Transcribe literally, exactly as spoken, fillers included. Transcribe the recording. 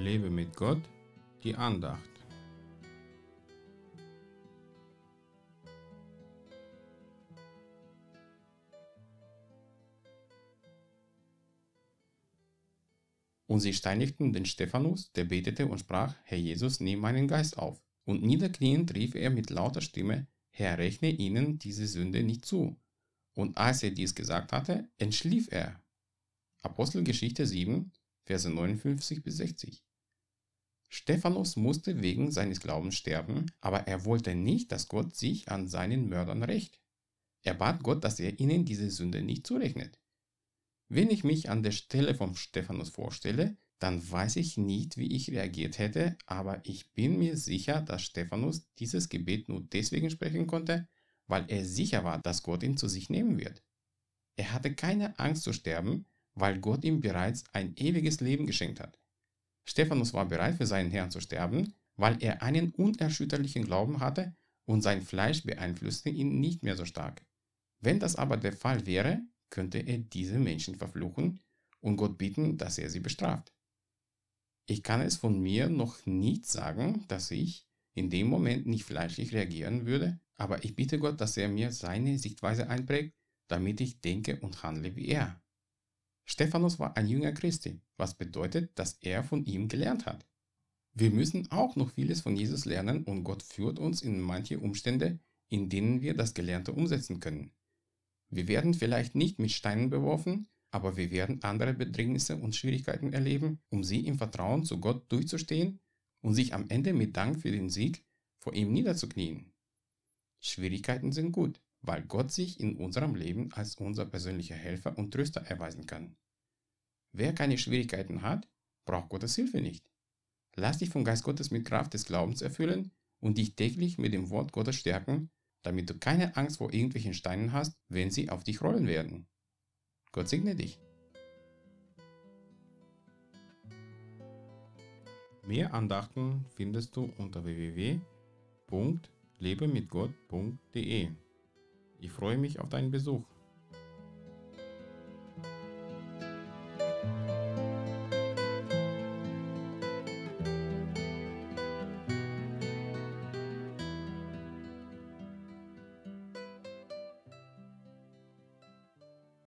Lebe mit Gott, die Andacht. Und sie steinigten den Stephanus, der betete und sprach: Herr Jesus, nimm meinen Geist auf. Und niederkniend rief er mit lauter Stimme: Herr, rechne ihnen diese Sünde nicht zu. Und als er dies gesagt hatte, entschlief er. Apostelgeschichte sieben, Verse neunundfünfzig bis sechzig. Stephanus musste wegen seines Glaubens sterben, aber er wollte nicht, dass Gott sich an seinen Mördern rächt. Er bat Gott, dass er ihnen diese Sünde nicht zurechnet. Wenn ich mich an der Stelle von Stephanus vorstelle, dann weiß ich nicht, wie ich reagiert hätte, aber ich bin mir sicher, dass Stephanus dieses Gebet nur deswegen sprechen konnte, weil er sicher war, dass Gott ihn zu sich nehmen wird. Er hatte keine Angst zu sterben, weil Gott ihm bereits ein ewiges Leben geschenkt hat. Stephanus war bereit, für seinen Herrn zu sterben, weil er einen unerschütterlichen Glauben hatte und sein Fleisch beeinflusste ihn nicht mehr so stark. Wenn das aber der Fall wäre, könnte er diese Menschen verfluchen und Gott bitten, dass er sie bestraft. Ich kann es von mir noch nicht sagen, dass ich in dem Moment nicht fleischlich reagieren würde, aber ich bitte Gott, dass er mir seine Sichtweise einprägt, damit ich denke und handle wie er. Stephanus war ein Jünger Christi, was bedeutet, dass er von ihm gelernt hat. Wir müssen auch noch vieles von Jesus lernen und Gott führt uns in manche Umstände, in denen wir das Gelernte umsetzen können. Wir werden vielleicht nicht mit Steinen beworfen, aber wir werden andere Bedrängnisse und Schwierigkeiten erleben, um sie im Vertrauen zu Gott durchzustehen und sich am Ende mit Dank für den Sieg vor ihm niederzuknien. Schwierigkeiten sind gut, weil Gott sich in unserem Leben als unser persönlicher Helfer und Tröster erweisen kann. Wer keine Schwierigkeiten hat, braucht Gottes Hilfe nicht. Lass dich vom Geist Gottes mit Kraft des Glaubens erfüllen und dich täglich mit dem Wort Gottes stärken, damit du keine Angst vor irgendwelchen Steinen hast, wenn sie auf dich rollen werden. Gott segne dich. Mehr Andachten findest du unter w w w punkt lebe mit gott punkt de. Ich freue mich auf deinen Besuch.